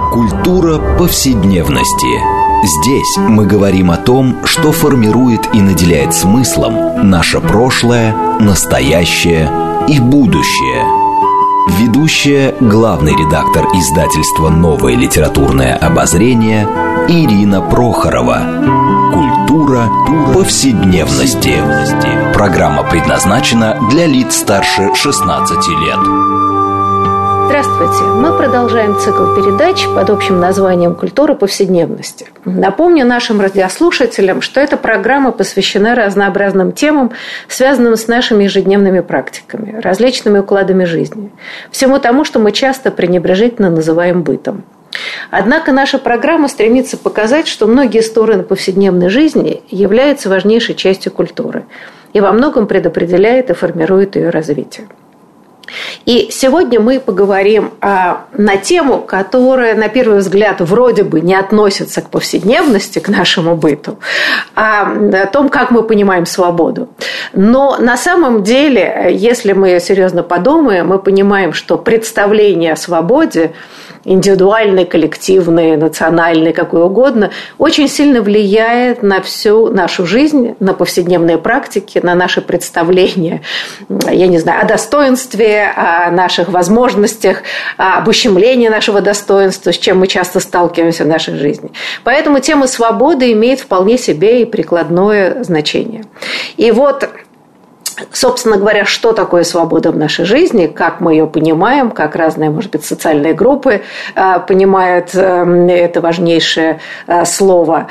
Культура повседневности. Здесь мы говорим о том, что формирует и наделяет смыслом наше прошлое, настоящее и будущее. Ведущая, главный редактор издательства «Новое литературное обозрение» Ирина Прохорова. Культура повседневности. Программа предназначена для лиц старше 16 лет. Здравствуйте! Мы продолжаем цикл передач под общим названием «Культура повседневности». Напомню нашим радиослушателям, что эта программа посвящена разнообразным темам, связанным с нашими ежедневными практиками, различными укладами жизни, всему тому, что мы часто пренебрежительно называем бытом. Однако наша программа стремится показать, что многие стороны повседневной жизни являются важнейшей частью культуры и во многом предопределяет и формирует ее развитие. И сегодня мы поговорим на тему, которая, на первый взгляд, вроде бы не относится к повседневности, к нашему быту, а о том, как мы понимаем свободу. Но на самом деле, если мы серьезно подумаем, мы понимаем, что представление о свободе, индивидуальной, коллективной, национальной, какой угодно, очень сильно влияет на всю нашу жизнь, на повседневные практики, на наши представления, я не знаю, о достоинстве, о наших возможностях, об ущемлении нашего достоинства, с чем мы часто сталкиваемся в нашей жизни. Поэтому тема свободы имеет вполне себе и прикладное значение. И вот, собственно говоря, что такое свобода в нашей жизни, как мы ее понимаем, как разные, может быть, социальные группы понимают это важнейшее слово.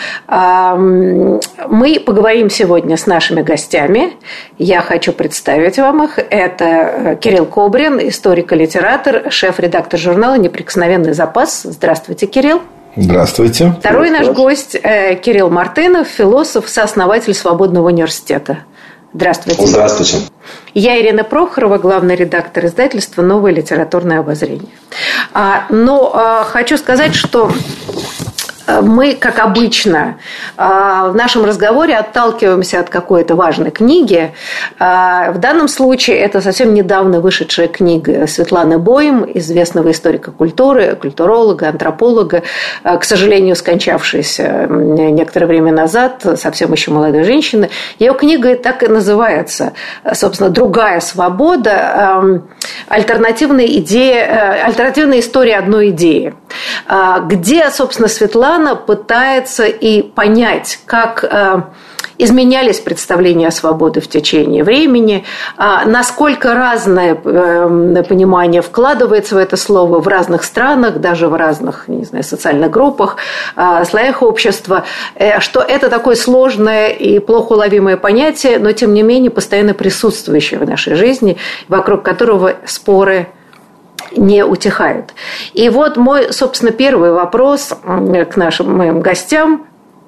Мы поговорим сегодня с нашими гостями. Я хочу представить вам их. Это Кирилл Кобрин, историк и литератор, шеф-редактор журнала «Неприкосновенный запас». Здравствуйте, Кирилл. Здравствуйте. Второй наш гость Кирилл Мартынов, философ, сооснователь Свободного университета. Здравствуйте. Здравствуйте. Я Ирина Прохорова, главный редактор издательства «Новое литературное обозрение». Но хочу сказать, что мы, как обычно, в нашем разговоре отталкиваемся от какой-то важной книги. В данном случае это совсем недавно вышедшая книга Светланы Боем, известного историка культуры, культуролога, антрополога, к сожалению, скончавшейся некоторое время назад, совсем еще молодой женщины. Ее книга так и называется, собственно, «Другая свобода. Альтернативная история одной идеи», где, собственно, Светлана пытается и понять, как изменялись представления о свободе в течение времени, насколько разное понимание вкладывается в это слово в разных странах, даже в разных, не знаю, социальных группах, слоях общества, что это такое сложное и плохо уловимое понятие, но, тем не менее, постоянно присутствующее в нашей жизни, вокруг которого споры не утихают. И вот мой, собственно, первый вопрос к нашим моим гостям.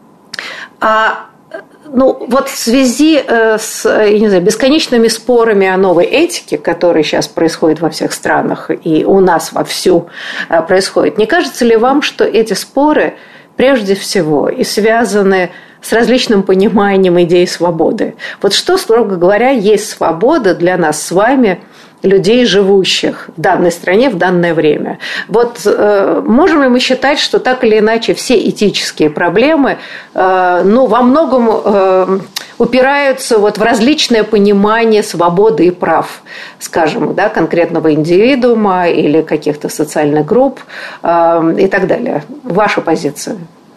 Вот в связи с, я не знаю, бесконечными спорами о новой этике, которые сейчас происходят во всех странах и у нас вовсю происходят, не кажется ли вам, что эти споры прежде всего и связаны с различным пониманием идеи свободы? Вот что, строго говоря, есть свобода для нас с вами, людей, живущих в данной стране в данное время? Вот можем ли мы считать, что так или иначе все этические проблемы во многом упираются вот в различное понимание свободы и прав, скажем, да, конкретного индивидуума или каких-то социальных групп и так далее? Ваша позиция?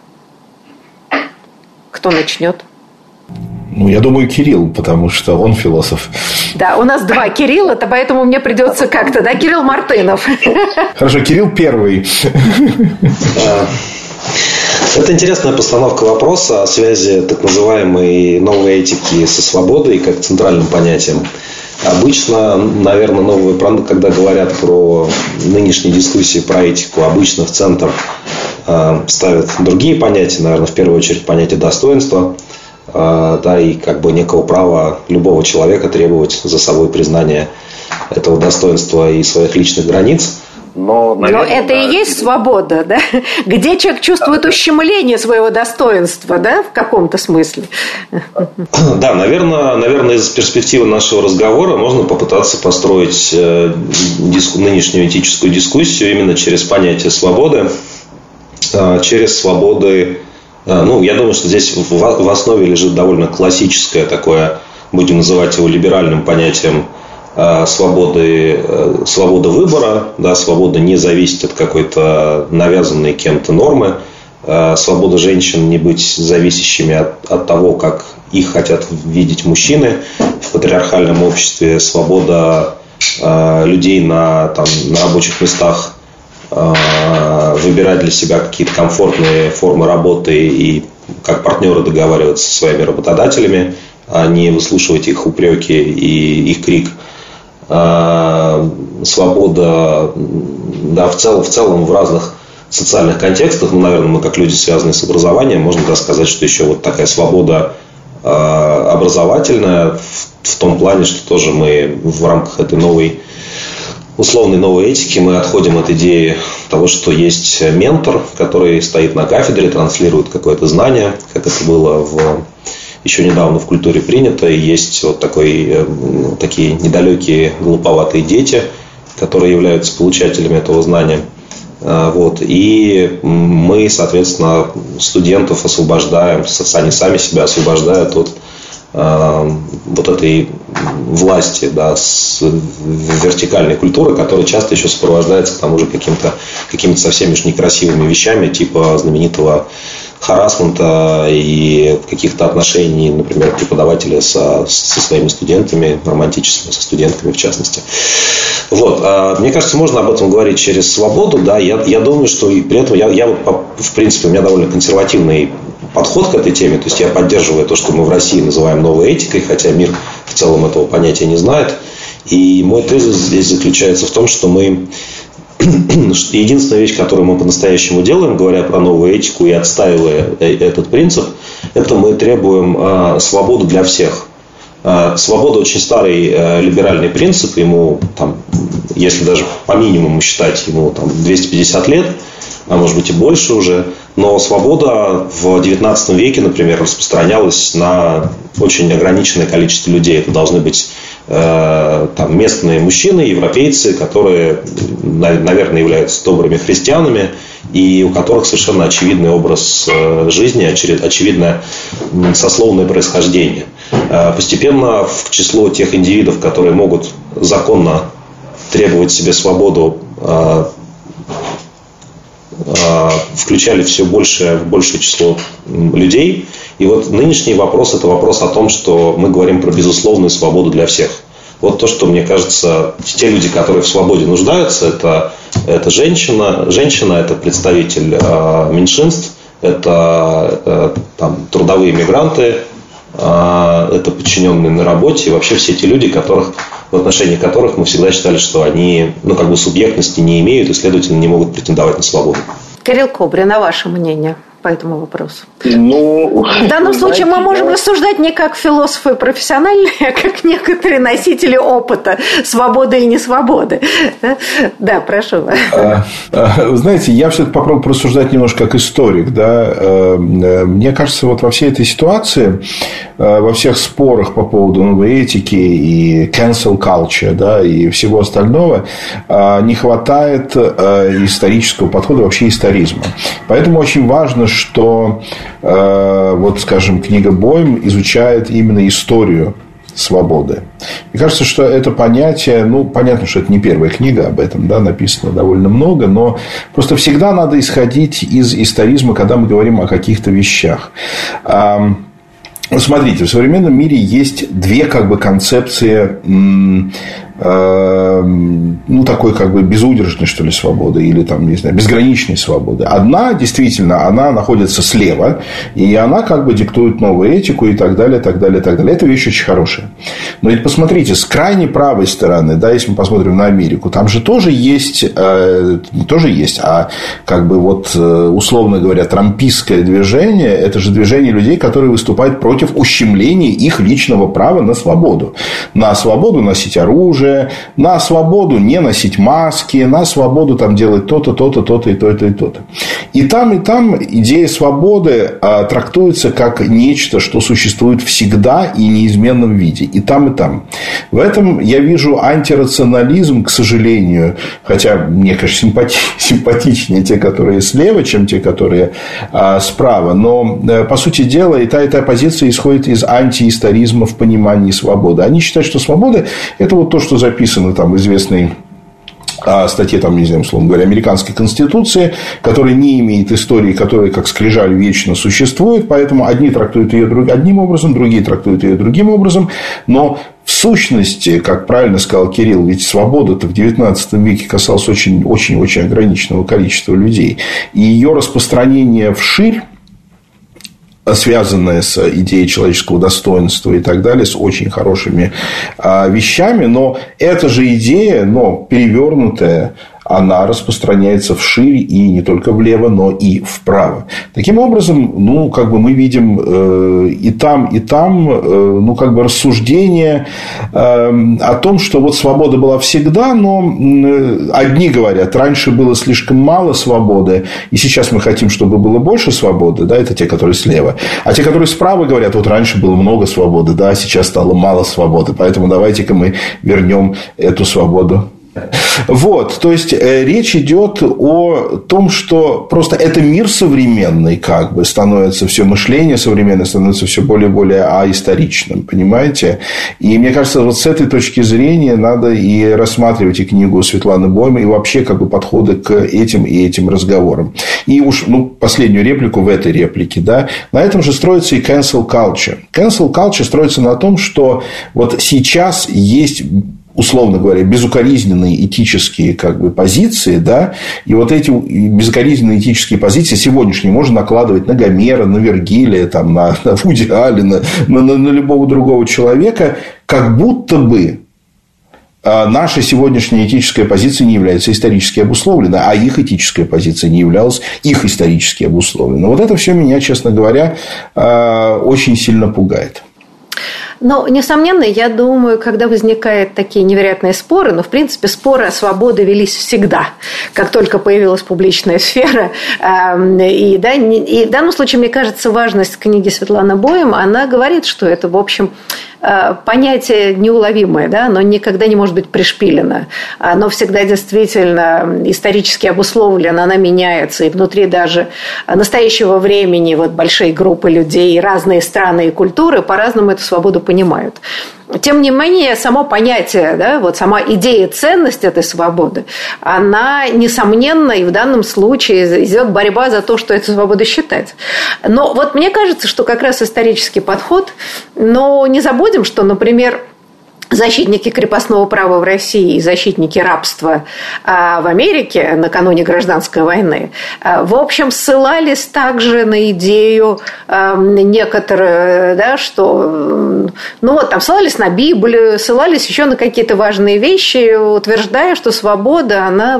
Кто начнет? Я думаю, Кирилл, потому что он философ. Да, у нас два Кирилла, поэтому мне придется как-то, да, Кирилл Мартынов. Хорошо, Кирилл первый. Это интересная постановка вопроса о связи так называемой новой этики со свободой как центральным понятием. Обычно, наверное, когда говорят про нынешние дискуссии про этику, обычно в центр ставят другие понятия, наверное, в первую очередь понятие достоинства, да, и как бы некого права любого человека требовать за собой признания этого достоинства и своих личных границ. Но это и есть свобода, да? Где человек чувствует ущемление своего достоинства, да, в каком-то смысле? Да, наверное, из перспективы нашего разговора можно попытаться построить нынешнюю этическую дискуссию именно через понятие свободы. через свободы. Ну, я думаю, что здесь в основе лежит довольно классическое такое, будем называть его либеральным понятием, свободы выбора, да, свобода не зависеть от какой-то навязанной кем-то нормы, свобода женщин не быть зависящими от того, как их хотят видеть мужчины в патриархальном обществе, свобода людей на рабочих местах выбирать для себя какие-то комфортные формы работы и как партнеры договариваться со своими работодателями, а не выслушивать их упреки и их крик. Свобода, да, в целом в разных социальных контекстах, ну, наверное, мы как люди, связанные с образованием, можно сказать, что еще вот такая свобода образовательная в том плане, что тоже мы в рамках этой условной новой этики мы отходим от идеи того, что есть ментор, который стоит на кафедре, транслирует какое-то знание, как это было еще недавно в культуре принято, и есть вот такие недалекие, глуповатые дети, которые являются получателями этого знания. Вот. И мы, соответственно, студентов освобождаем, они сами себя освобождают от вот этой власти, да, с вертикальной культуры, которая часто еще сопровождается к тому же какими-то совсем уж некрасивыми вещами, типа знаменитого харассмента и каких-то отношений, например, преподавателя со своими студентами, романтическими, со студентками в частности. Вот. Мне кажется, можно об этом говорить через свободу. Да. Я думаю, что и при этом в принципе, у меня довольно консервативный подход к этой теме. То есть я поддерживаю то, что мы в России называем новой этикой, хотя мир в целом этого понятия не знает. И мой тезис здесь заключается в том, что единственная вещь, которую мы по-настоящему делаем, говоря про новую этику и отстаивая этот принцип, это мы требуем свободу для всех. Свобода очень старый либеральный принцип, ему, если даже по минимуму считать, ему 250 лет, а может быть и больше уже. Но свобода в 19 веке, например, распространялась на очень ограниченное количество людей. Это должны быть местные мужчины, европейцы, которые, наверное, являются добрыми христианами, и у которых совершенно очевидный образ жизни, очевидное сословное происхождение. Постепенно в число тех индивидов, которые могут законно требовать себе свободу, включали все большее число людей. И вот нынешний вопрос – это вопрос о том, что мы говорим про безусловную свободу для всех. Вот то, что, мне кажется, те люди, которые в свободе нуждаются, это женщина, это представитель меньшинств, это трудовые мигранты, это подчиненные на работе, и вообще все те люди, в отношении которых мы всегда считали, что они субъектности не имеют и, следовательно, не могут претендовать на свободу. Кирилл Кобрин, а ваше мнение по этому вопросу? В данном случае мы можем рассуждать не как философы профессиональные, а как некоторые носители опыта свободы и несвободы. Да, прошу. Вы знаете, я все-таки попробую порассуждать немножко как историк. Да? Мне кажется, вот во всей этой ситуации, во всех спорах по поводу новой этики и cancel culture, да, и всего остального, не хватает исторического подхода, вообще историзма. Поэтому очень важно, что, вот, скажем, книга Бойм изучает именно историю свободы. Мне кажется, что это понятие, понятно, что это не первая книга об этом, да, написано довольно много, но просто всегда надо исходить из историзма, когда мы говорим о каких-то вещах. Смотрите, в современном мире есть две концепции такой безудержной, что ли, свободы или не знаю, безграничной свободы. Одна, действительно, она находится слева, и она диктует новую этику и так далее, так далее, так далее. Это вещь очень хорошая. Но ведь посмотрите, с крайней правой стороны, да, если мы посмотрим на Америку, там же тоже есть, условно говоря, трампистское движение, это же движение людей, которые выступают против ущемления их личного права на свободу. На свободу носить оружие, оружие, на свободу не носить маски, на свободу там делать то-то, то-то, то-то и то-то, и то-то. И там идея свободы трактуется как нечто, что существует всегда и неизменном виде. И там, и там. В этом я вижу антирационализм, к сожалению, хотя мне, конечно, симпатичнее те, которые слева, чем те, которые справа. Но, по сути дела, и та позиция исходит из антиисторизма в понимании свободы. Они считают, что свобода – это вот то, что записано там в известной статье, там, не знаю, условно говоря, американской конституции, которая не имеет истории, которая как скрижаль вечно существует, поэтому одни трактуют ее одним образом, другие трактуют ее другим образом, но в сущности, как правильно сказал Кирилл, ведь свобода-то в XIX веке касалась очень-очень ограниченного количества людей, и ее распространение вширь, связанная с идеей человеческого достоинства и так далее, с очень хорошими вещами, но эта же идея, но перевернутая, она распространяется вширь и не только влево, но и вправо. Таким образом, мы видим и там, рассуждение о том, что вот свобода была всегда, но одни говорят, раньше было слишком мало свободы, и сейчас мы хотим, чтобы было больше свободы, да, это те, которые слева. А те, которые справа, говорят, вот раньше было много свободы, да, а сейчас стало мало свободы, поэтому давайте-ка мы вернем эту свободу. Вот, то есть речь идет о том, что просто это мир современный, становится все мышление современное становится все более и более аисторичным, понимаете? И мне кажется, вот с этой точки зрения надо и рассматривать и книгу Светланы Бойм, и вообще подходы к этим разговорам. И уж последнюю реплику в этой реплике, да, на этом же строится и cancel culture. Cancel culture строится на том, что вот сейчас есть, условно говоря, безукоризненные этические позиции, да, и вот эти безукоризненные этические позиции сегодняшние можно накладывать на Гомера, на Вергилия, там, на Вуди Аллена, на любого другого человека, как будто бы наша сегодняшняя этическая позиция не является исторически обусловленной, а их этическая позиция не являлась их исторически обусловленной. Вот это все меня, честно говоря, очень сильно пугает. Но, несомненно, я думаю, когда возникают такие невероятные споры, в принципе, споры о свободе велись всегда, как только появилась публичная сфера. И в данном случае, мне кажется, важность книги Светланы Бойм, она говорит, что это, в общем, понятие неуловимое, да, оно никогда не может быть пришпилено. Оно всегда действительно исторически обусловлено, оно меняется. И внутри даже настоящего времени большие группы людей, разные страны и культуры по-разному эту свободу понимают. Тем не менее, само понятие, да, сама идея, ценность этой свободы, она, несомненно, и в данном случае идет борьба за то, что эту свободу считать. Но мне кажется, что как раз исторический подход, но не забудем, что, например, защитники крепостного права в России и защитники рабства в Америке накануне гражданской войны, в общем, ссылались также на идею некоторые, да, что, ссылались на Библию, ссылались еще на какие-то важные вещи, утверждая, что свобода, она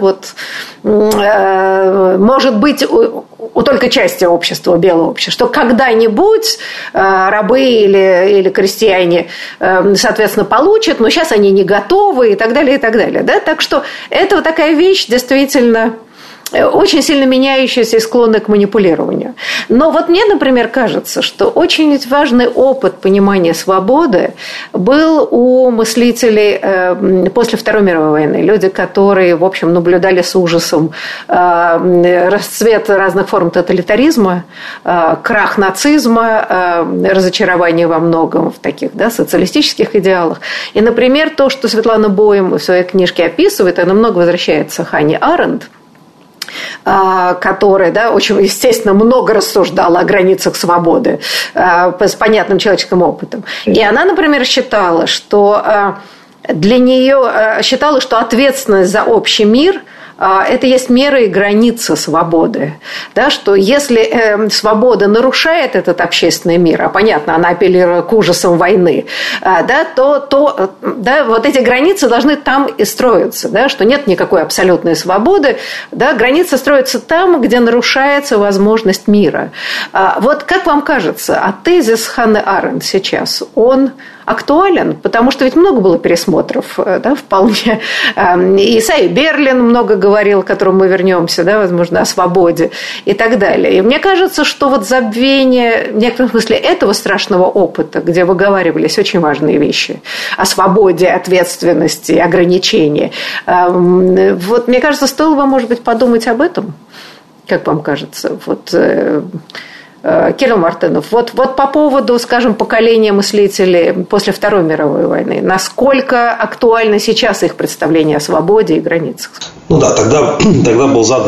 может быть у только части общества, белого общества, что когда-нибудь рабы или крестьяне, соответственно, получат, но сейчас они не готовы и так далее, и так далее. Да? Так что это такая вещь действительно очень сильно меняющаяся и склонная к манипулированию. Но мне, например, кажется, что очень важный опыт понимания свободы был у мыслителей после Второй мировой войны. Люди, которые, в общем, наблюдали с ужасом расцвет разных форм тоталитаризма, крах нацизма, разочарование во многом в таких, да, социалистических идеалах. И, например, то, что Светлана Бойм в своей книжке описывает, она много возвращается к Ханне Аренд, которая, да, очень, естественно, много рассуждала о границах свободы с понятным человеческим опытом. И она, например, считала, что для нее что ответственность за общий мир – это есть меры и границы свободы. Да, что если свобода нарушает этот общественный мир, а понятно, она апеллирует к ужасам войны, да, то эти границы должны там и строиться. Да, что нет никакой абсолютной свободы. Да, границы строятся там, где нарушается возможность мира. Как вам кажется, тезис Ханны Аренд сейчас, он актуален, потому что ведь много было пересмотров, да, вполне. И Исайя Берлин много говорил, к которому мы вернемся, да, возможно, о свободе и так далее. И мне кажется, что вот забвение в некотором смысле этого страшного опыта, где выговаривались очень важные вещи о свободе, ответственности, ограничении, вот, мне кажется, стоило бы, может быть, подумать об этом, как вам кажется, вот... Кирилл Мартынов, вот по поводу, скажем, поколения мыслителей после Второй мировой войны, насколько актуально сейчас их представление о свободе и границах? Ну да, тогда был задан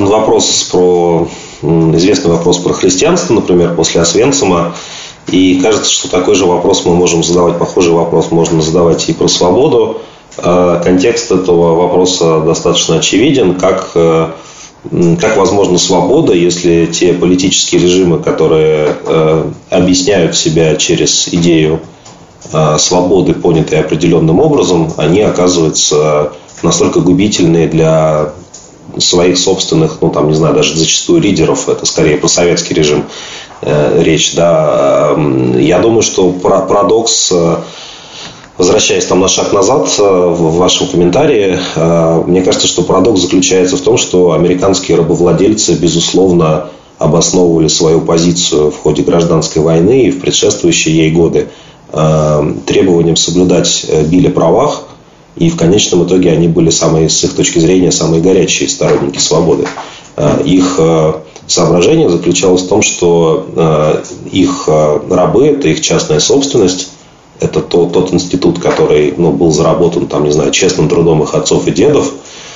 известный вопрос про христианство, например, после Освенцима. И кажется, что такой же вопрос мы можем задавать, похожий вопрос можно задавать и про свободу. Контекст этого вопроса достаточно очевиден, как возможна свобода, если те политические режимы, которые объясняют себя через идею свободы, понятой определенным образом, они оказываются настолько губительные для своих собственных, даже зачастую лидеров, это скорее про советский режим речь, да. Я думаю, что парадокс, возвращаясь на шаг назад в вашем комментарии, мне кажется, что парадокс заключается в том, что американские рабовладельцы, безусловно, обосновывали свою позицию в ходе гражданской войны и в предшествующие ей годы требованием соблюдать Биль о правах, и в конечном итоге они были с их точки зрения, самые горячие сторонники свободы. Их соображение заключалось в том, что их рабы – это их частная собственность. Это тот институт, который был заработан честным трудом их отцов и дедов.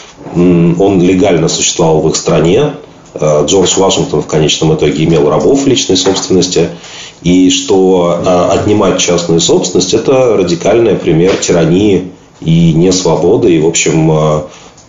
Он легально существовал в их стране. Джордж Вашингтон в конечном итоге имел рабов в личной собственности. И что отнимать частную собственность – это радикальный пример тирании и несвободы. И, в общем,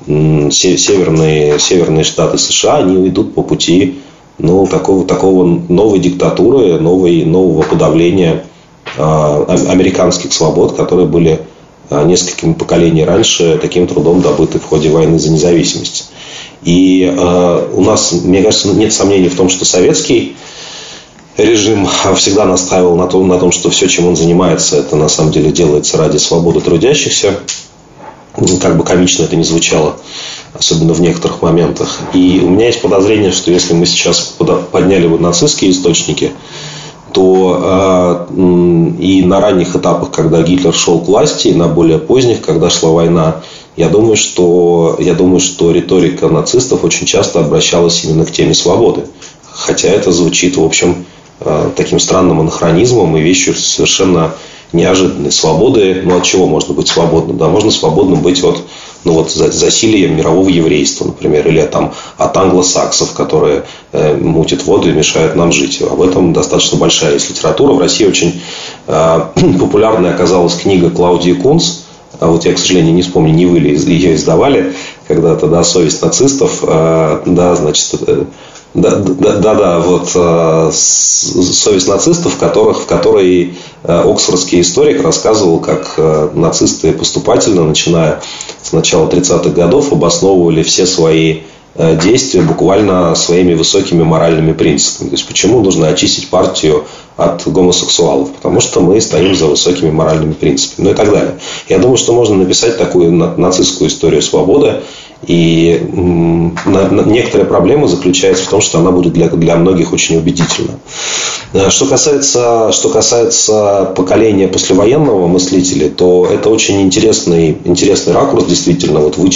северные штаты США, они идут по пути такого новой диктатуры, нового подавления американских свобод, которые были несколькими поколениями раньше таким трудом добыты в ходе войны за независимость. И у нас, мне кажется, нет сомнений в том, что советский режим всегда настаивал на том, что все, чем он занимается, это на самом деле делается ради свободы трудящихся. Как бы комично это ни звучало, особенно в некоторых моментах. И у меня есть подозрение, что если мы сейчас подняли нацистские источники, то и на ранних этапах, когда Гитлер шел к власти, и на более поздних, когда шла война, я думаю, что риторика нацистов очень часто обращалась именно к теме свободы. Хотя это звучит, в общем, таким странным анахронизмом и вещью совершенно неожиданной. Свободы, от чего можно быть свободным? Да, можно свободным быть от засилием мирового еврейства, например, или от англосаксов, которые мутят воду и мешают нам жить. Об этом достаточно большая есть литература. В России очень популярной оказалась книга Клаудии Кунц. Вот я, к сожалению, не вспомню, не вы ли ее издавали когда-то, да, «Совесть нацистов», «Совесть нацистов», в которой оксфордский историк рассказывал, как нацисты поступательно, начиная с начала 30-х годов, обосновывали все свои действия буквально своими высокими моральными принципами. То есть, почему нужно очистить партию от гомосексуалов? Потому что мы стоим за высокими моральными принципами. И так далее. Я думаю, что можно написать такую нацистскую историю свободы. И некоторая проблема заключается в том, что она будет для многих очень убедительна. Что касается поколения послевоенного мыслителя, то это очень интересный ракурс, действительно,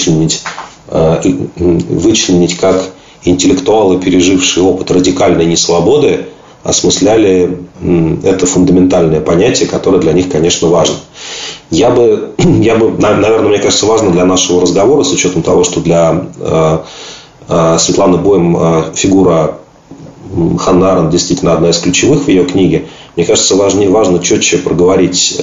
вычленить, как интеллектуалы, пережившие опыт радикальной несвободы, осмысляли это фундаментальное понятие, которое для них, конечно, важно. Наверное, мне кажется, важно для нашего разговора, с учетом того, что для Светланы Боем фигура Ханны Аренд действительно одна из ключевых в ее книге. Мне кажется, важно четче проговорить,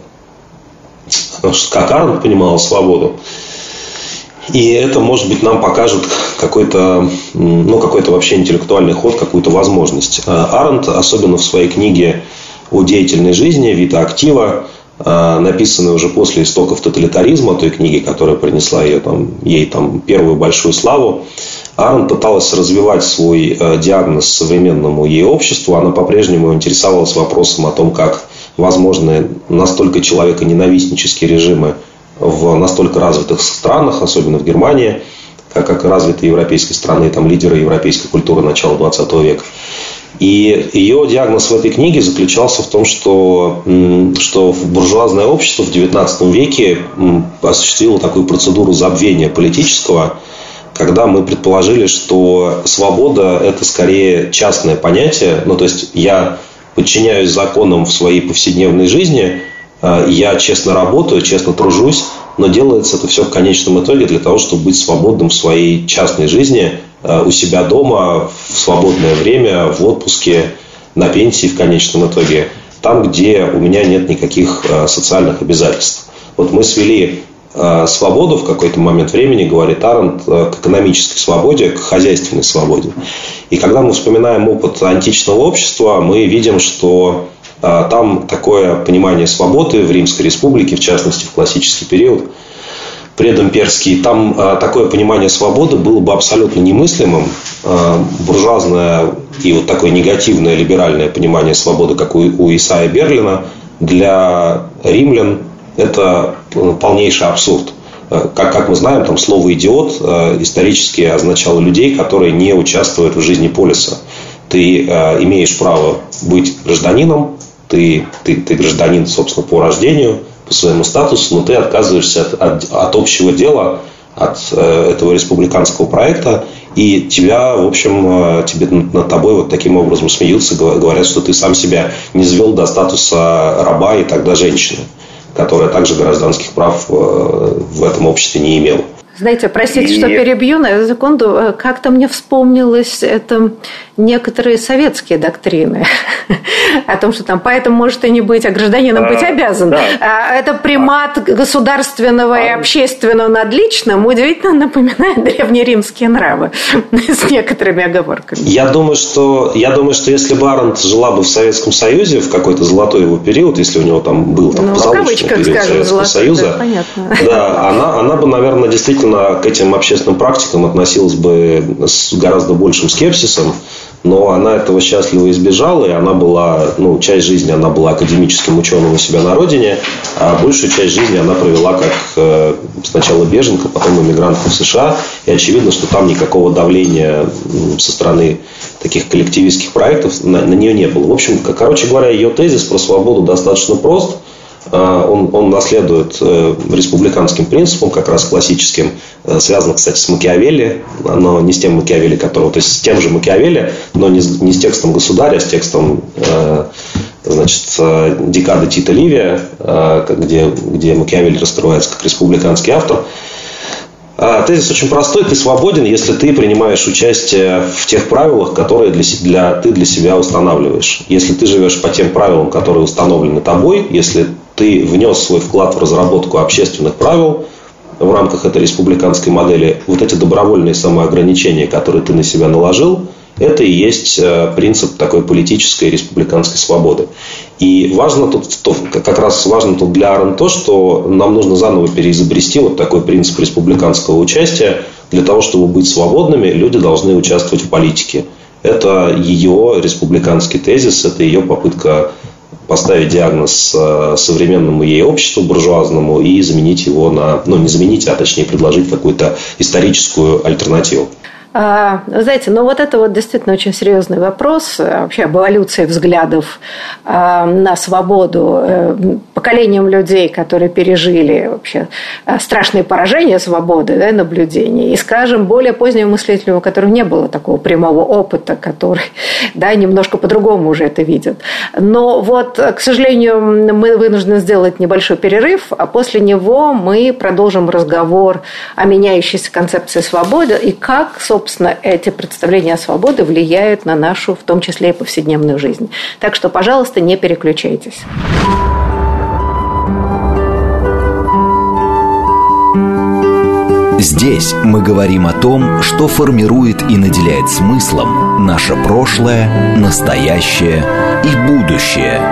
как Аренд понимала свободу. И это, может быть, нам покажет какой-то вообще интеллектуальный ход, какую-то возможность. Аренд, особенно в своей книге о деятельной жизни «Вита актива», написанной уже после истоков тоталитаризма, той книги, которая принесла ей первую большую славу, Аренд пыталась развивать свой диагноз современному ей обществу. Она по-прежнему интересовалась вопросом о том, как возможны настолько человеконенавистнические режимы в настолько развитых странах, особенно в Германии, как развитые европейские страны, там лидеры европейской культуры начала 20 века. И ее диагноз в этой книге заключался в том, что буржуазное общество в XIX веке осуществило такую процедуру забвения политического, когда мы предположили, что свобода – это скорее частное понятие. Ну, то есть, я подчиняюсь законам в своей повседневной жизни, я честно работаю, честно тружусь, но делается это все в конечном итоге для того, чтобы быть свободным в своей частной жизни, у себя дома, в свободное время, в отпуске, на пенсии в конечном итоге, там, где у меня нет никаких социальных обязательств. Вот мы свели свободу в какой-то момент времени, говорит Аренд, к экономической свободе, к хозяйственной свободе. И когда мы вспоминаем опыт античного общества, мы видим, что там такое понимание свободы в Римской республике, в частности в классический период, предимперский, там такое понимание свободы было бы абсолютно немыслимым. Буржуазное и вот такое негативное либеральное понимание свободы, как у Исайя Берлина, для римлян это полнейший абсурд. Как мы знаем, там слово «идиот» исторически означало людей, которые не участвуют в жизни полиса. Ты имеешь право быть гражданином, ты гражданин, собственно, по рождению, по своему статусу, но ты отказываешься от общего дела, от этого республиканского проекта, и тебя, в общем, над тобой вот таким образом смеются, говорят, что ты сам себя не низвел до статуса раба и тогда женщины, которая также гражданских прав в этом обществе не имела. Знаете, простите, что перебью на секунду. Как-то мне вспомнилось это некоторые советские доктрины о том, что там поэтому может и не быть, а гражданином быть обязан. Да. Это примат государственного и общественного над личным удивительно напоминает древнеримские нравы с некоторыми оговорками. Я думаю, что если бы Аренд жила бы в Советском Союзе в какой-то золотой его период, если у него там был позолоченный период Советского Союза, да, она бы, наверное, действительно к этим общественным практикам относилась бы с гораздо большим скепсисом, но она этого счастливо избежала, и она была, часть жизни она была академическим ученым у себя на родине, а большую часть жизни она провела как сначала беженка, потом эмигрантка в США, и очевидно, что там никакого давления со стороны таких коллективистских проектов на нее не было. В общем, короче говоря, ее тезис про свободу достаточно прост. Он наследует республиканским принципам, как раз классическим, связан, кстати, с Макиавелли, но не с тем Макиавелли, которого, то есть с тем же Макиавелли, но не с текстом «Государя», а с текстом «Декады Тита Ливия», где Макиавелли раскрывается как республиканский автор. Тезис очень простой. Ты свободен, если ты принимаешь участие в тех правилах, которые ты для себя устанавливаешь. Если ты живешь по тем правилам, которые установлены тобой, если ты внес свой вклад в разработку общественных правил в рамках этой республиканской модели, вот эти добровольные самоограничения, которые ты на себя наложил, это и есть принцип такой политической республиканской свободы. И важно тут для Аренда то, что нам нужно заново переизобрести вот такой принцип республиканского участия. Для того, чтобы быть свободными, люди должны участвовать в политике. Это ее республиканский тезис, это ее попытка поставить диагноз современному ей обществу буржуазному и заменить его не заменить, а точнее предложить какую-то историческую альтернативу. Знаете, вот это действительно очень серьезный вопрос вообще об эволюции взглядов на свободу поколением людей, которые пережили вообще страшные поражения свободы, наблюдений, и, скажем, более позднему мыслителю, у которого не было такого прямого опыта, который немножко по-другому уже это видит. Но к сожалению, мы вынуждены сделать небольшой перерыв, а после него мы продолжим разговор о меняющейся концепции свободы и как, собственно, эти представления о свободе влияют на нашу, в том числе и повседневную жизнь. Так что, пожалуйста, не переключайтесь. Здесь мы говорим о том, что формирует и наделяет смыслом наше прошлое, настоящее и будущее.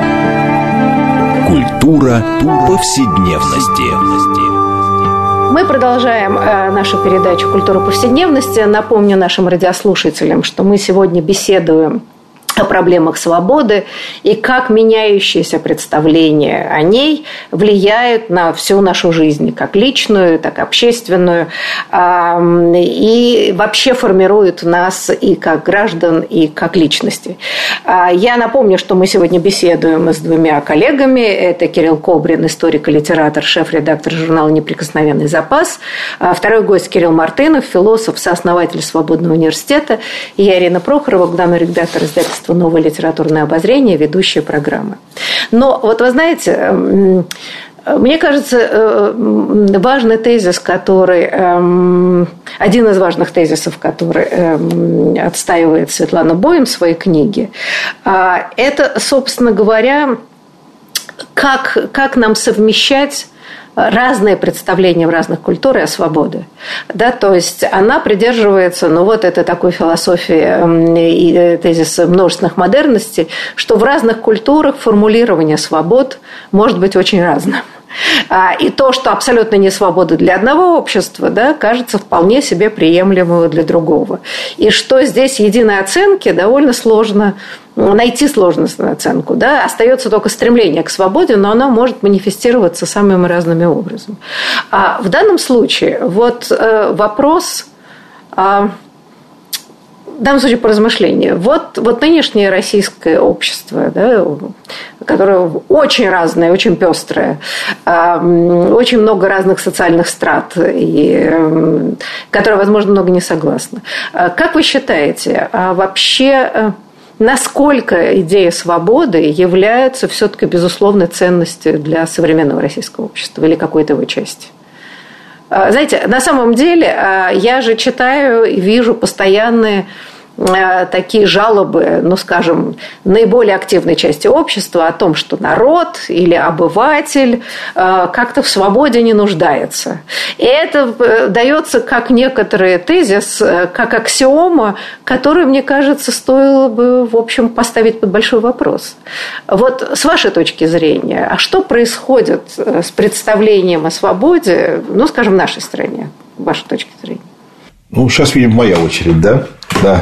Культура повседневности. Мы продолжаем нашу передачу «Культура повседневности». Напомню нашим радиослушателям, что мы сегодня беседуем о проблемах свободы и как меняющиеся представления о ней влияют на всю нашу жизнь, как личную, так и общественную, и вообще формируют нас и как граждан, и как личности. Я напомню, что мы сегодня беседуем с двумя коллегами. Это Кирилл Кобрин, историк и литератор, шеф-редактор журнала «Неприкосновенный запас». Второй гость Кирилл Мартынов, философ, сооснователь Свободного университета. И я, Ирина Прохорова, главный редактор издательства «Новое литературное обозрение», ведущая программы. Но вот вы знаете, мне кажется, важный тезис, один из важных тезисов, который отстаивает Светлана Боем в своей книге, это, собственно говоря, как нам совмещать разные представления в разных культурах о свободе. Да, то есть она придерживается, это такой философии и тезиса множественных модерностей, что в разных культурах формулирование свобод может быть очень разным. И то, что абсолютно не свобода для одного общества, да, кажется вполне себе приемлемым для другого. И что здесь единой оценки довольно сложно, найти сложностную оценку. Да. Остается только стремление к свободе, но оно может манифестироваться самыми разными образами. А в данном случае вопрос... В данном случае по размышлению. Вот нынешнее российское общество, да, которое очень разное, очень пестрое, очень много разных социальных страт, и которое, возможно, много не согласно. Как вы считаете, вообще насколько идея свободы является все-таки безусловной ценностью для современного российского общества или какой-то его части? Знаете, на самом деле я же читаю и вижу постоянные такие жалобы, скажем, наиболее активной части общества о том, что народ или обыватель как-то в свободе не нуждается. И это дается как некоторый тезис, как аксиома, которую, мне кажется, стоило бы, в общем, поставить под большой вопрос. Вот с вашей точки зрения, а что происходит с представлением о свободе, скажем, в нашей стране, с вашей точки зрения? Сейчас, видимо, моя очередь, да? Да.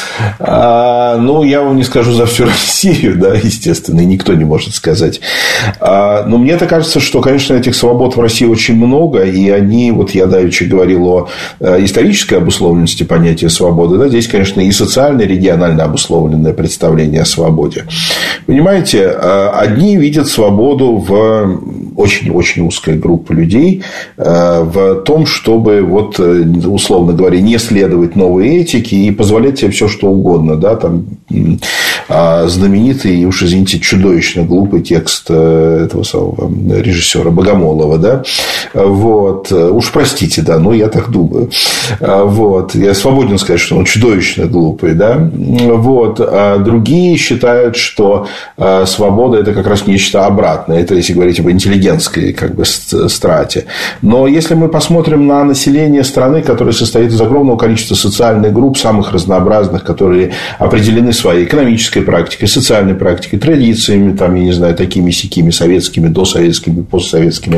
Я вам не скажу за всю Россию, да, естественно, и никто не может сказать. Но мне-то кажется, что, конечно, этих свобод в России очень много, и они, я давеча говорил о исторической обусловленности понятия свободы, да, здесь, конечно, и социально, и регионально обусловленное представление о свободе. Понимаете, одни видят свободу в очень-очень узкой группе людей в том, чтобы, условно говоря, не следовать новой этике и позволять себе все, что угодно. Да? Там знаменитый, уж извините, чудовищно глупый текст этого самого режиссера Богомолова. Да? Уж простите, да, но я так думаю. Я свободен сказать, что он чудовищно глупый. Да? А другие считают, что свобода – это как раз нечто обратное. Это если говорить об интеллигентской страте. Но если мы посмотрим на население страны, которое состоит из огромного количества социальных групп, самых разнообразных, которые определены своей экономической практикой, социальной практикой, традициями, там, я не знаю, такими-сякими, советскими, досоветскими, постсоветскими,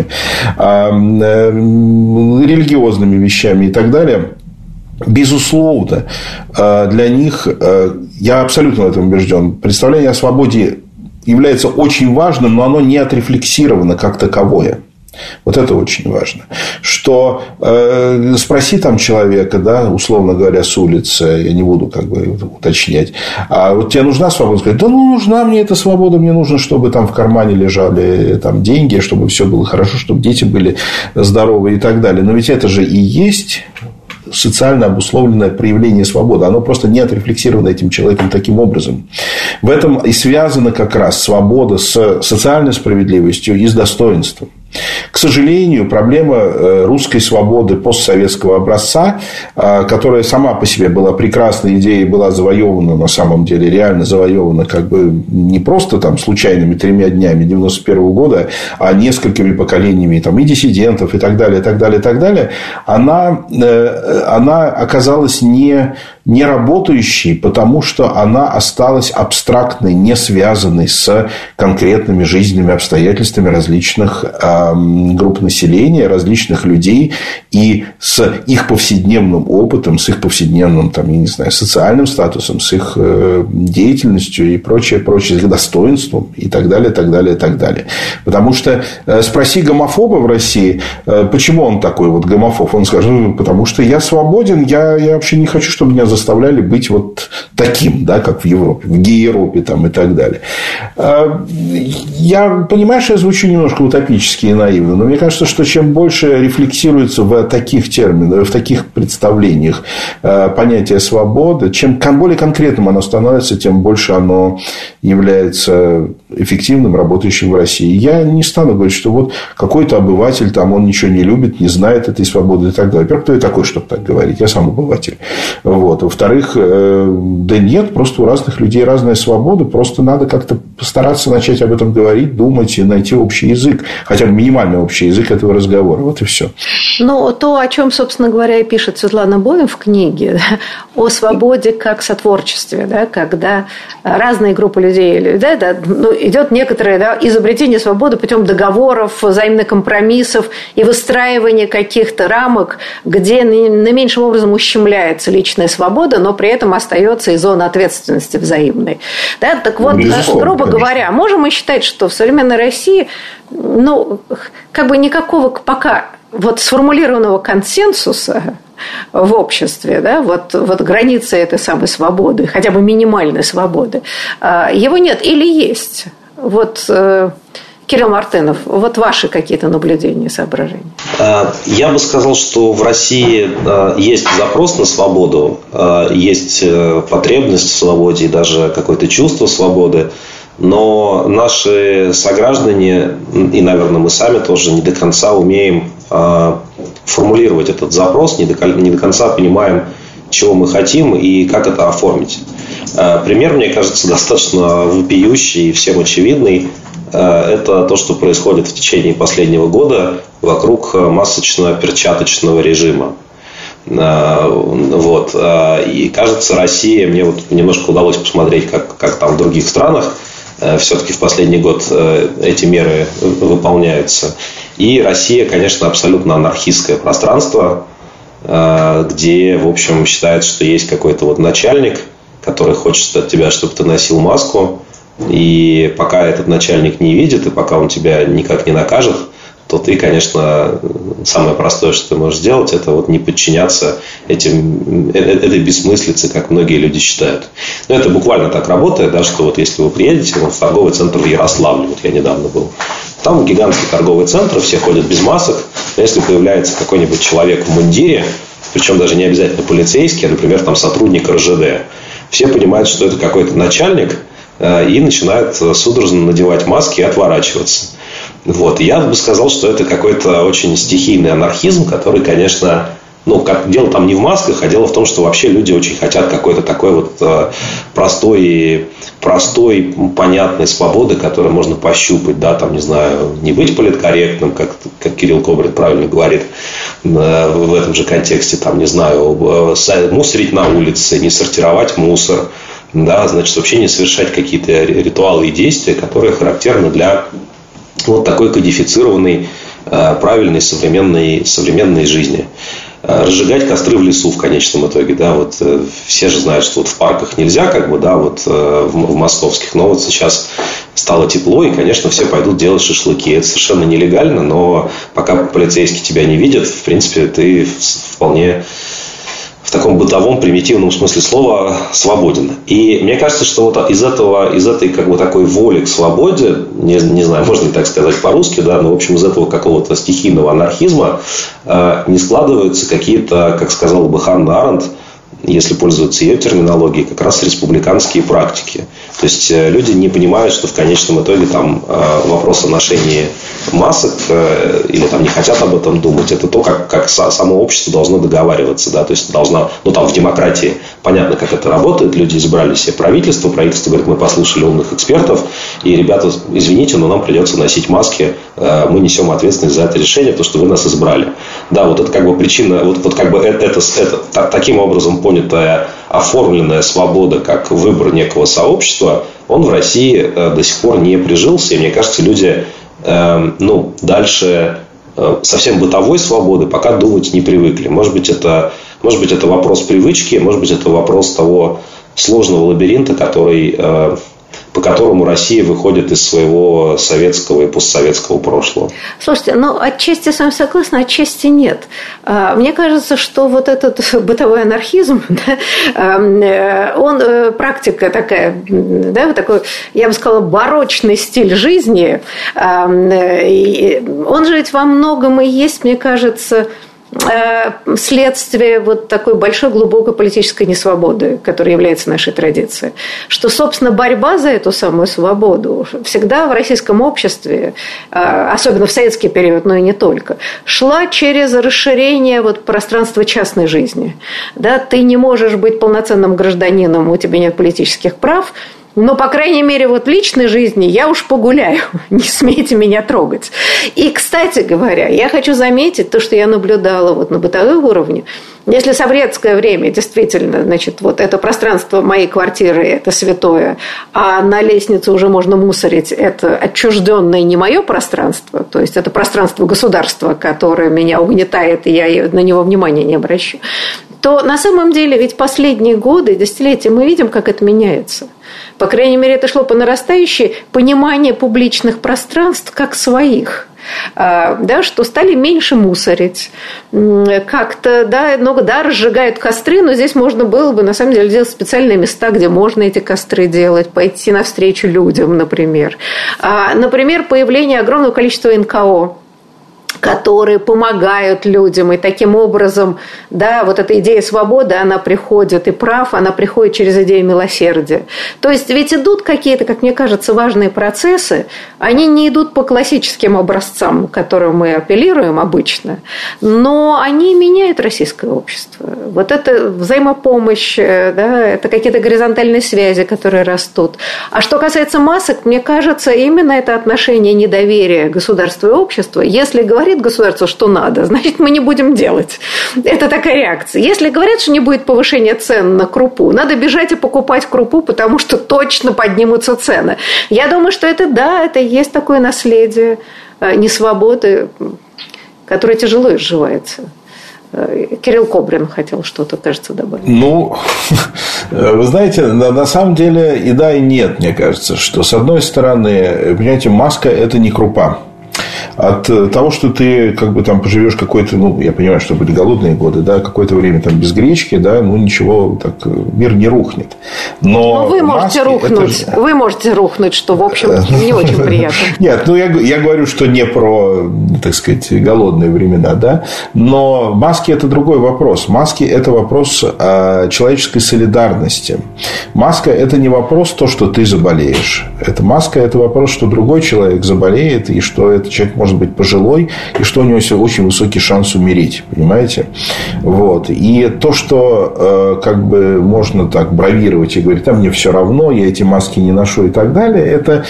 религиозными вещами и так далее. Безусловно, для них, я абсолютно в этом убежден, представление о свободе является очень важным, но оно не отрефлексировано как таковое. Это очень важно. Что спроси там человека, да, условно говоря, с улицы, я не буду уточнять, а тебе нужна свобода? Он скажет, да нужна мне эта свобода, мне нужно, чтобы там в кармане лежали там деньги, чтобы все было хорошо, чтобы дети были здоровы и так далее. Но ведь это же и есть социально обусловленное проявление свободы. Оно просто не отрефлексировано этим человеком таким образом. В этом и связана как раз свобода с социальной справедливостью и с достоинством. К сожалению, проблема русской свободы постсоветского образца, которая сама по себе была прекрасной идеей, была завоевана, на самом деле, реально завоевана не просто там случайными 3 днями 91 года, а несколькими поколениями и диссидентов и так далее, и так далее, и так далее, она оказалась не работающей, потому что она осталась абстрактной, не связанной с конкретными жизненными обстоятельствами различных групп населения, различных людей, и с их повседневным опытом, с их повседневным, там, я не знаю, социальным статусом, с их деятельностью и прочее, с их достоинством и так далее, так далее, так далее. Потому что спроси гомофоба в России, почему он такой вот гомофоб, он скажет, потому что я свободен, я вообще не хочу, чтобы меня заставляли быть вот таким, да, как в Европе, в гей-Европе там, и так далее. Я понимаю, что я звучу немножко утопически и наивно, но мне кажется, что чем больше рефлексируется в таких терминах, в таких представлениях понятие свободы, чем более конкретным оно становится, тем больше оно является эффективным, работающим в России. Я не стану говорить, что вот какой-то обыватель, там, он ничего не любит, не знает этой свободы и так далее. Во-первых, кто я такой, чтобы так говорить? Я сам обыватель. Вот. Во-вторых, да нет, просто у разных людей разная свобода, просто надо как-то постараться начать об этом говорить, думать и найти общий язык, хотя бы минимальный общий язык этого разговора. Вот и все. Ну, то, о чем, собственно говоря, и пишет Светлана Боем в книге, о свободе как сотворчестве, да, когда разные группы людей, да, ну, идет некоторое, да, изобретение свободы путем договоров, взаимных компромиссов и выстраивания каких-то рамок, где наименьшим образом ущемляется личная свобода, но при этом остается и зона ответственности взаимной. Да, так вот, безусловно, грубо говоря, можем мы считать, что в современной России, ну, как бы никакого пока вот сформулированного консенсуса в обществе, да, вот границы этой самой свободы, хотя бы минимальной свободы, его нет или есть? Вот, Кирилл Мартынов, вот ваши какие-то наблюдения, соображения. Я бы сказал, что в России есть запрос на свободу, есть потребность в свободе и даже какое-то чувство свободы, но наши сограждане, и, наверное, мы сами тоже не до конца умеем формулировать этот запрос, не до конца понимаем, чего мы хотим и как это оформить. Пример, мне кажется, достаточно вопиющий и всем очевидный. Это то, что происходит в течение последнего года вокруг масочно-перчаточного режима. Вот. И кажется, Россия, мне вот немножко удалось посмотреть, как там в других странах, все-таки в последний год эти меры выполняются. И Россия, конечно, абсолютно анархистское пространство, где, в общем, считается, что есть какой-то вот начальник, который хочет от тебя, чтобы ты носил маску. И пока этот начальник не видит, и пока он тебя никак не накажет, то ты, конечно, самое простое, что ты можешь сделать, это вот не подчиняться этой бессмыслице, как многие люди считают. Но это буквально так работает, да, что вот если вы приедете в торговый центр в Ярославле, вот я недавно был, там гигантский торговый центр, все ходят без масок, но если появляется какой-нибудь человек в мундире, причем даже не обязательно полицейский, а, например, там сотрудник РЖД, все понимают, что это какой-то начальник, и начинают судорожно надевать маски и отворачиваться. Вот. Я бы сказал, что это какой-то очень стихийный анархизм, который, конечно, ну, дело там не в масках, а дело в том, что вообще люди очень хотят какой-то такой вот простой, понятной свободы, которую можно пощупать, да, там, не знаю, не быть политкорректным, как Кирилл Кобрин правильно говорит в этом же контексте, там, не знаю, мусорить на улице, не сортировать мусор, да, значит, вообще не совершать какие-то ритуалы и действия, которые характерны для вот такой кодифицированной, правильной современной жизни. Разжигать костры в лесу в конечном итоге, да, вот все же знают, что вот в парках нельзя, как бы, да, вот в московских, но вот сейчас стало тепло, и, конечно, все пойдут делать шашлыки. Это совершенно нелегально, но пока полицейские тебя не видят, в принципе, ты вполне в таком бытовом, примитивном смысле слова свободен. И мне кажется, что вот из этой как бы такой воли к свободе, не знаю, можно ли так сказать по-русски, да, но в общем из этого какого-то стихийного анархизма не складываются какие-то, как сказала бы Ханна Аренд, если пользоваться ее терминологией, как раз республиканские практики. То есть люди не понимают, что в конечном итоге там вопрос о ношении масок или там не хотят об этом думать. Это то, как само общество должно договариваться. Да? То есть должна, ну там в демократии понятно, как это работает. Люди избрали себе правительство. Правительство говорит, мы послушали умных экспертов. И, ребята, извините, но нам придется носить маски. Мы несем ответственность за это решение, потому что вы нас избрали. Да, вот это как бы причина, вот как бы это таким образом понятая, оформленная свобода как выбор некого сообщества, он в России до сих пор не прижился. И мне кажется, люди дальше совсем бытовой свободы пока думать не привыкли. Может быть, это вопрос привычки, может быть, это вопрос того сложного лабиринта, по которому Россия выходит из своего советского и постсоветского прошлого. Слушайте, отчасти с вами согласна, отчасти нет. Мне кажется, что вот этот бытовой анархизм, он практика такая, да, вот такой, я бы сказала, барочный стиль жизни. Он же ведь во многом и есть, мне кажется, следствие вот такой большой глубокой политической несвободы, которая является нашей традицией. Что, собственно, борьба за эту самую свободу всегда в российском обществе, особенно в советский период, но и не только, шла через расширение вот пространства частной жизни. Да, ты не можешь быть полноценным гражданином, у тебя нет политических прав, но, по крайней мере, вот в личной жизни я уж погуляю, не смейте меня трогать. И, кстати говоря, я хочу заметить то, что я наблюдала вот на бытовом уровне. Если в советское время действительно, значит, вот это пространство моей квартиры – это святое, а на лестнице уже можно мусорить – это отчужденное не мое пространство, то есть это пространство государства, которое меня угнетает, и я на него внимания не обращу, то на самом деле ведь последние годы, десятилетия мы видим, как это меняется. По крайней мере, это шло по нарастающей понимание публичных пространств как своих. Да, что стали меньше мусорить, как-то, разжигают костры, но здесь можно было бы, на самом деле, делать специальные места, где можно эти костры делать, пойти навстречу людям, например. Например, появление огромного количества НКО, которые помогают людям, и таким образом, да, вот эта идея свободы, она приходит, и прав, она приходит через идею милосердия. То есть ведь идут какие-то, как мне кажется, важные процессы, они не идут по классическим образцам, к которым мы апеллируем обычно, но они меняют российское общество. Вот это взаимопомощь, да, это какие-то горизонтальные связи, которые растут. А что касается масок, мне кажется, именно это отношение недоверия государства и общества, если говорить государство, что надо, значит, мы не будем делать. Это такая реакция. Если говорят, что не будет повышения цен на крупу, надо бежать и покупать крупу, потому что точно поднимутся цены. Я думаю, что это есть такое наследие несвободы, которое тяжело изживается. Кирилл Кобрин хотел что-то, кажется, добавить. Вы знаете, на самом деле и да, и нет, мне кажется, что с одной стороны, понимаете, маска – это не крупа. От того, что ты как бы там поживешь какой-то, я понимаю, что были голодные годы, да, какое-то время там без гречки, да, ничего, так мир не рухнет. Но вы можете рухнуть. Вы можете рухнуть, что, в общем, не очень приятно. Нет, я говорю, что не про, так сказать, голодные времена, да. Но маски – это другой вопрос. Маски – это вопрос человеческой солидарности. Маска – это не вопрос то, что ты заболеешь. Маска – это вопрос, что другой человек заболеет, и что этот человек может быть пожилой, и что у него очень высокий шанс умереть, понимаете? Вот. И то, что как бы можно так бравировать и говорить, мне все равно, я эти маски не ношу и так далее,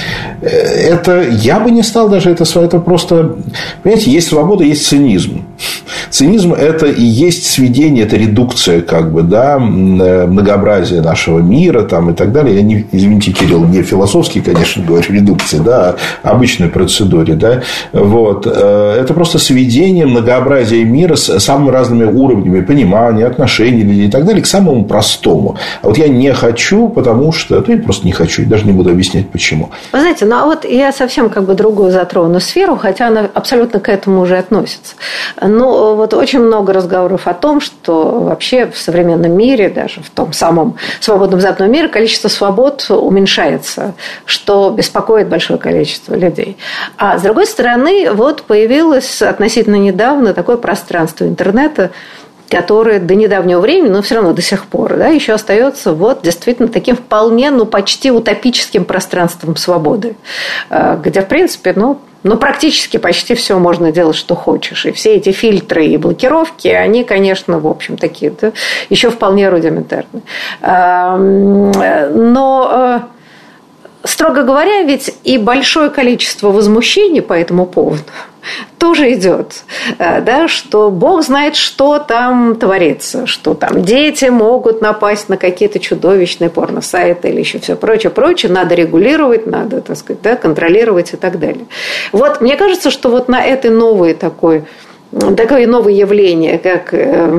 это я бы не стал даже, это просто, понимаете, есть свобода, есть цинизм. Цинизм – это и есть сведение, это редукция, как бы, да, многообразия нашего мира там, и так далее. Я не, извините, Кирилл, не философский, конечно, говорю, редукция, да, а обычной процедуре, да. Вот. Это просто сведение многообразия мира с самыми разными уровнями понимания, отношений людей и так далее к самому простому. А вот я не хочу, потому что... я просто не хочу, и даже не буду объяснять, почему. Вы знаете, а вот я совсем как бы другую затрону сферу, хотя она абсолютно к этому уже относится. Вот очень много разговоров о том, что вообще в современном мире, даже в том самом свободном западном мире, количество свобод уменьшается, что беспокоит большое количество людей. А с другой стороны, вот появилось относительно недавно такое пространство интернета, которое до недавнего времени, но все равно до сих пор, да, еще остается вот действительно таким вполне, почти утопическим пространством свободы, где, в принципе, практически почти все можно делать, что хочешь. И все эти фильтры и блокировки, они, конечно, в общем, такие, да, еще вполне рудиментарные. Но, строго говоря, ведь и большое количество возмущений по этому поводу, тоже идет, да, что Бог знает, что там творится, что там дети могут напасть на какие-то чудовищные порно-сайты или еще все прочее, надо регулировать, надо, так сказать, да, контролировать и так далее. Вот мне кажется, что вот на это такое новое явление, как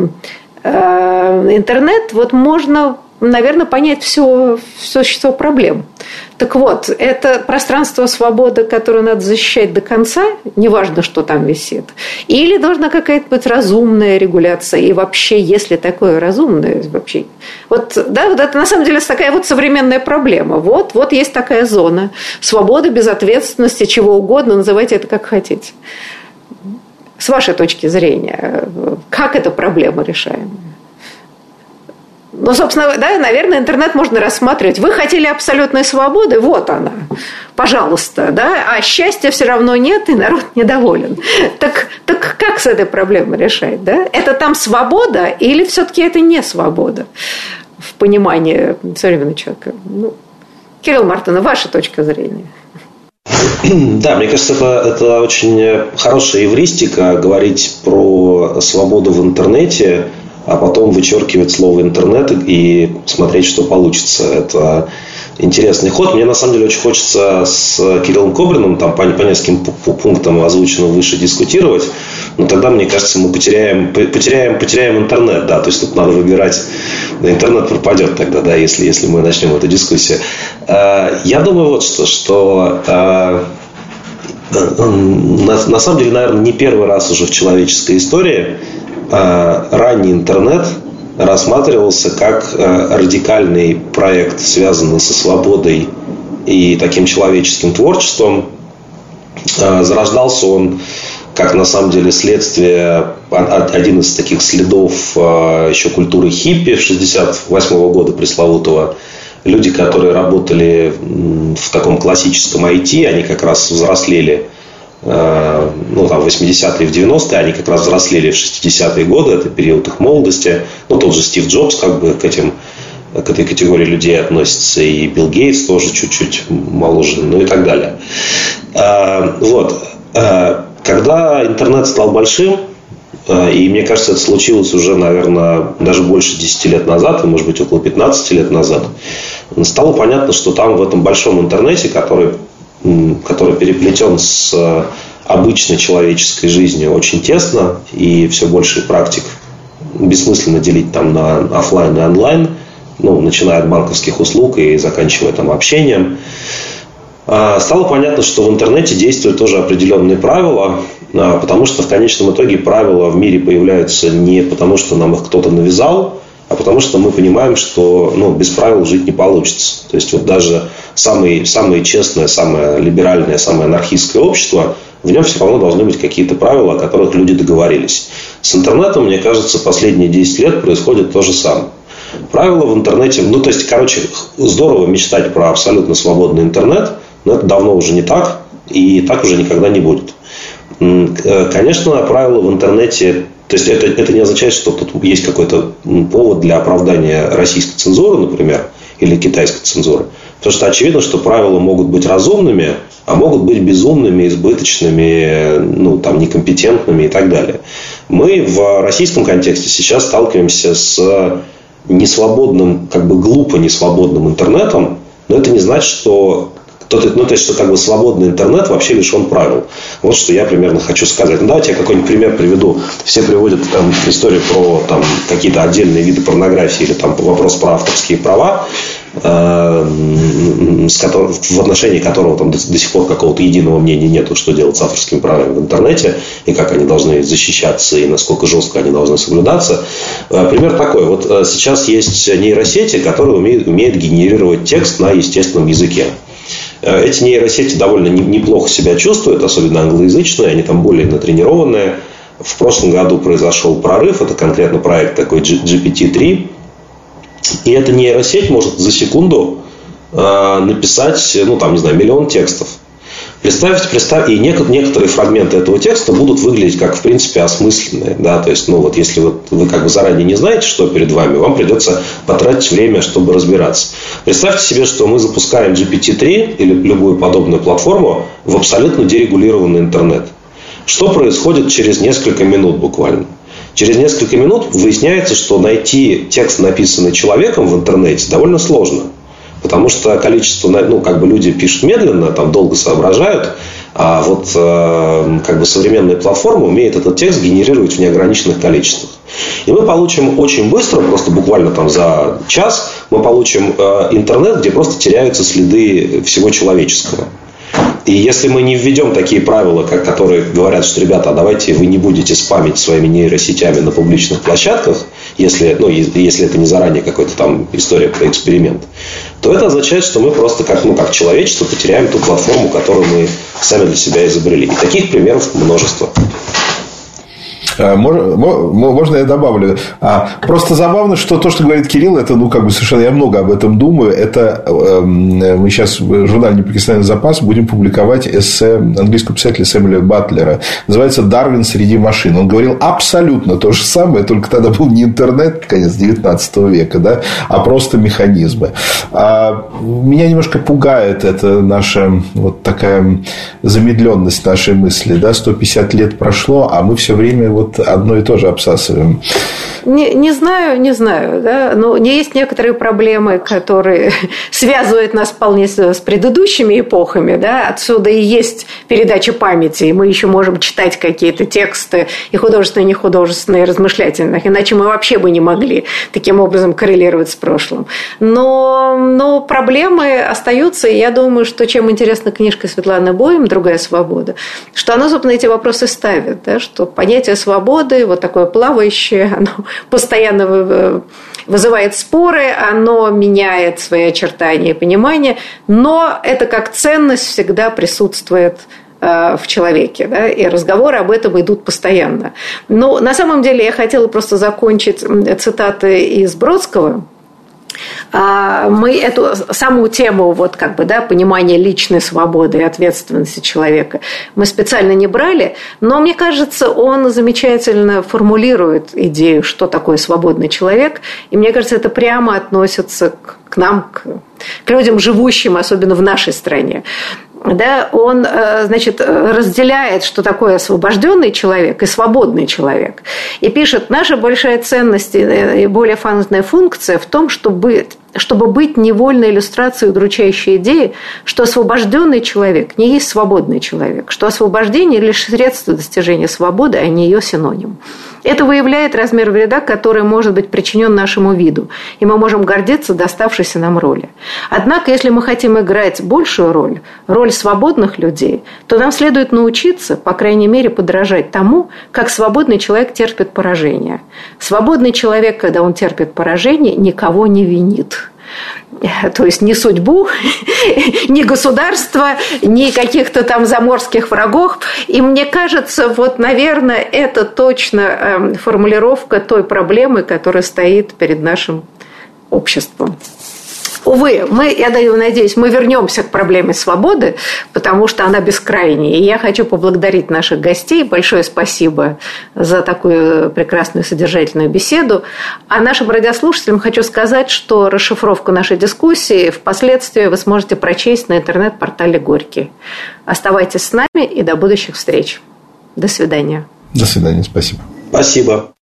интернет, вот можно, наверное, понять все существо проблем. Так вот, это пространство свободы, которое надо защищать до конца, неважно, что там висит, или должна какая-то быть разумная регуляция, и вообще, если такое разумное, вообще, вот, да, вот это на самом деле такая вот современная проблема. Вот есть такая зона свободы, безответственности, чего угодно, называйте это как хотите. С вашей точки зрения, как эта проблема решаема? Ну, собственно, да, наверное, интернет можно рассматривать. Вы хотели абсолютной свободы, вот она, пожалуйста, да, а счастья все равно нет, и народ недоволен. Так как с этой проблемой решать, да? Это там свобода или все-таки это не свобода в понимании современного человека? Ну, Кирилл Мартынов, ваша точка зрения. Да, мне кажется, это очень хорошая эвристика говорить про свободу в интернете, а потом вычеркивать слово «интернет» и смотреть, что получится. Это интересный ход. Мне, на самом деле, очень хочется с Кириллом Кобриным там, по нескольким пунктам, озвученным выше, дискутировать. Но тогда, мне кажется, мы потеряем интернет. Да? То есть, тут надо выбирать. Интернет пропадет тогда, да, если мы начнем эту дискуссию. Я думаю, вот что на самом деле, наверное, не первый раз уже в человеческой истории ранний интернет рассматривался как радикальный проект, связанный со свободой и таким человеческим творчеством. Зарождался он как на самом деле следствие, один из таких следов еще культуры хиппи 1968 года пресловутого. Люди, которые работали в таком классическом IT, они как раз взрослели. Ну, там, в 80-е, в 90-е, они как раз взрослели в 60-е годы, это период их молодости. Ну, тот же Стив Джобс как бы к этой категории людей относится, и Билл Гейтс тоже чуть-чуть моложе, ну и так далее. Вот. Когда интернет стал большим, и мне кажется, это случилось уже, наверное, даже больше 10 лет назад, и, может быть, около 15 лет назад, стало понятно, что там в этом большом интернете, который переплетен с обычной человеческой жизнью очень тесно, и все больше практик бессмысленно делить там на офлайн и онлайн, ну, начиная от банковских услуг и заканчивая там общением. Стало понятно, что в интернете действуют тоже определенные правила, потому что в конечном итоге правила в мире появляются не потому, что нам их кто-то навязал, а потому что мы понимаем, что без правил жить не получится. То есть, вот даже самое честное, самое либеральное, самое анархистское общество, в нем все равно должны быть какие-то правила, о которых люди договорились. С интернетом, мне кажется, последние 10 лет происходит то же самое. Правила в интернете, здорово мечтать про абсолютно свободный интернет, но это давно уже не так, и так уже никогда не будет. Конечно, правила в интернете, то есть это не означает, что тут есть какой-то повод для оправдания российской цензуры, например, или китайской цензуры. Потому что очевидно, что правила могут быть разумными, а могут быть безумными, избыточными, некомпетентными и так далее. Мы в российском контексте сейчас сталкиваемся с несвободным, глупо несвободным интернетом, но это не значит, что свободный интернет вообще лишен правил. Вот что я примерно хочу сказать. Давайте я какой-нибудь пример приведу. Все приводят историю про какие-то отдельные виды порнографии или вопрос про авторские права, в отношении которого до сих пор какого-то единого мнения нет, что делать с авторскими правами в интернете, и как они должны защищаться, и насколько жестко они должны соблюдаться. Пример такой. Вот сейчас есть нейросети, которые умеют генерировать текст на естественном языке. Эти нейросети довольно неплохо себя чувствуют, особенно англоязычные, они там более натренированные. В прошлом году произошел прорыв, это конкретно проект такой GPT-3. И эта нейросеть может за секунду написать, миллион текстов. Представь, и некоторые фрагменты этого текста будут выглядеть как, в принципе, осмысленные. Да? То есть, если вы заранее не знаете, что перед вами, вам придется потратить время, чтобы разбираться. Представьте себе, что мы запускаем GPT-3 или любую подобную платформу в абсолютно дерегулированный интернет. Что происходит через несколько минут буквально? Через несколько минут выясняется, что найти текст, написанный человеком в интернете, довольно сложно. Потому что количество, люди пишут медленно, там долго соображают, а вот современные платформы умеют этот текст генерировать в неограниченных количествах. И мы получим очень быстро, просто буквально там за час, мы получим интернет, где просто теряются следы всего человеческого. И если мы не введем такие правила, которые говорят, что, ребята, давайте вы не будете спамить своими нейросетями на публичных площадках, если это не заранее какая-то там история про эксперимент, то это означает, что мы просто как человечество потеряем ту платформу, которую мы сами для себя изобрели. И таких примеров множество. Можно я добавлю? Просто забавно, что то, что говорит Кирилл, это совершенно я много об этом думаю. Это мы сейчас в журнале «Неприкосновенный запас» будем публиковать эссе английского писателя Сэмюэля Батлера. Называется «Дарвин среди машин». Он говорил абсолютно то же самое, только тогда был не интернет, конец 19 века, да, а просто механизмы. Меня немножко пугает это наша вот такая замедленность нашей мысли. Да? 150 лет прошло, а мы все время одно и то же обсасываем. Не знаю, да? Но есть некоторые проблемы, которые связывают нас вполне с предыдущими эпохами, да? Отсюда и есть передача памяти, и мы еще можем читать какие-то тексты, и художественные, и нехудожественные, и размышлятельных, иначе мы вообще бы не могли таким образом коррелировать с прошлым. Но проблемы остаются, и я думаю, что чем интересна книжка Светланы Боем «Другая свобода», что она, собственно, эти вопросы ставит, да? Что понятие свободы, вот такое плавающее, оно постоянно вызывает споры, оно меняет свои очертания и понимание, но это как ценность всегда присутствует в человеке, да, и разговоры об этом идут постоянно. Но на самом деле я хотела просто закончить цитатой из Бродского. Мы эту саму тему понимания личной свободы и ответственности человека мы специально не брали, но мне кажется, он замечательно формулирует идею, что такое свободный человек, и мне кажется, это прямо относится к нам, к людям, живущим, особенно в нашей стране. Да, он, разделяет, что такое освобожденный человек и свободный человек. И пишет: наша большая ценность и более фантазная функция в том, чтобы быть невольной иллюстрацией удручающей идеи, что освобожденный человек не есть свободный человек, что освобождение лишь средство достижения свободы, а не ее синоним. Это выявляет размер вреда, который может быть причинен нашему виду, и мы можем гордиться доставшейся нам роли. Однако, если мы хотим играть большую роль свободных людей, то нам следует научиться, по крайней мере, подражать тому, как свободный человек терпит поражение. Свободный человек, когда он терпит поражение, никого не винит. То есть ни судьбу, ни государство, ни каких-то там заморских врагов. И мне кажется, наверное, это точно формулировка той проблемы, которая стоит перед нашим обществом. Увы, я надеюсь, мы вернемся к проблеме свободы, потому что она бескрайняя. И я хочу поблагодарить наших гостей. Большое спасибо за такую прекрасную содержательную беседу. А нашим радиослушателям хочу сказать, что расшифровку нашей дискуссии впоследствии вы сможете прочесть на интернет-портале Горький. Оставайтесь с нами и до будущих встреч. До свидания. До свидания, спасибо. Спасибо.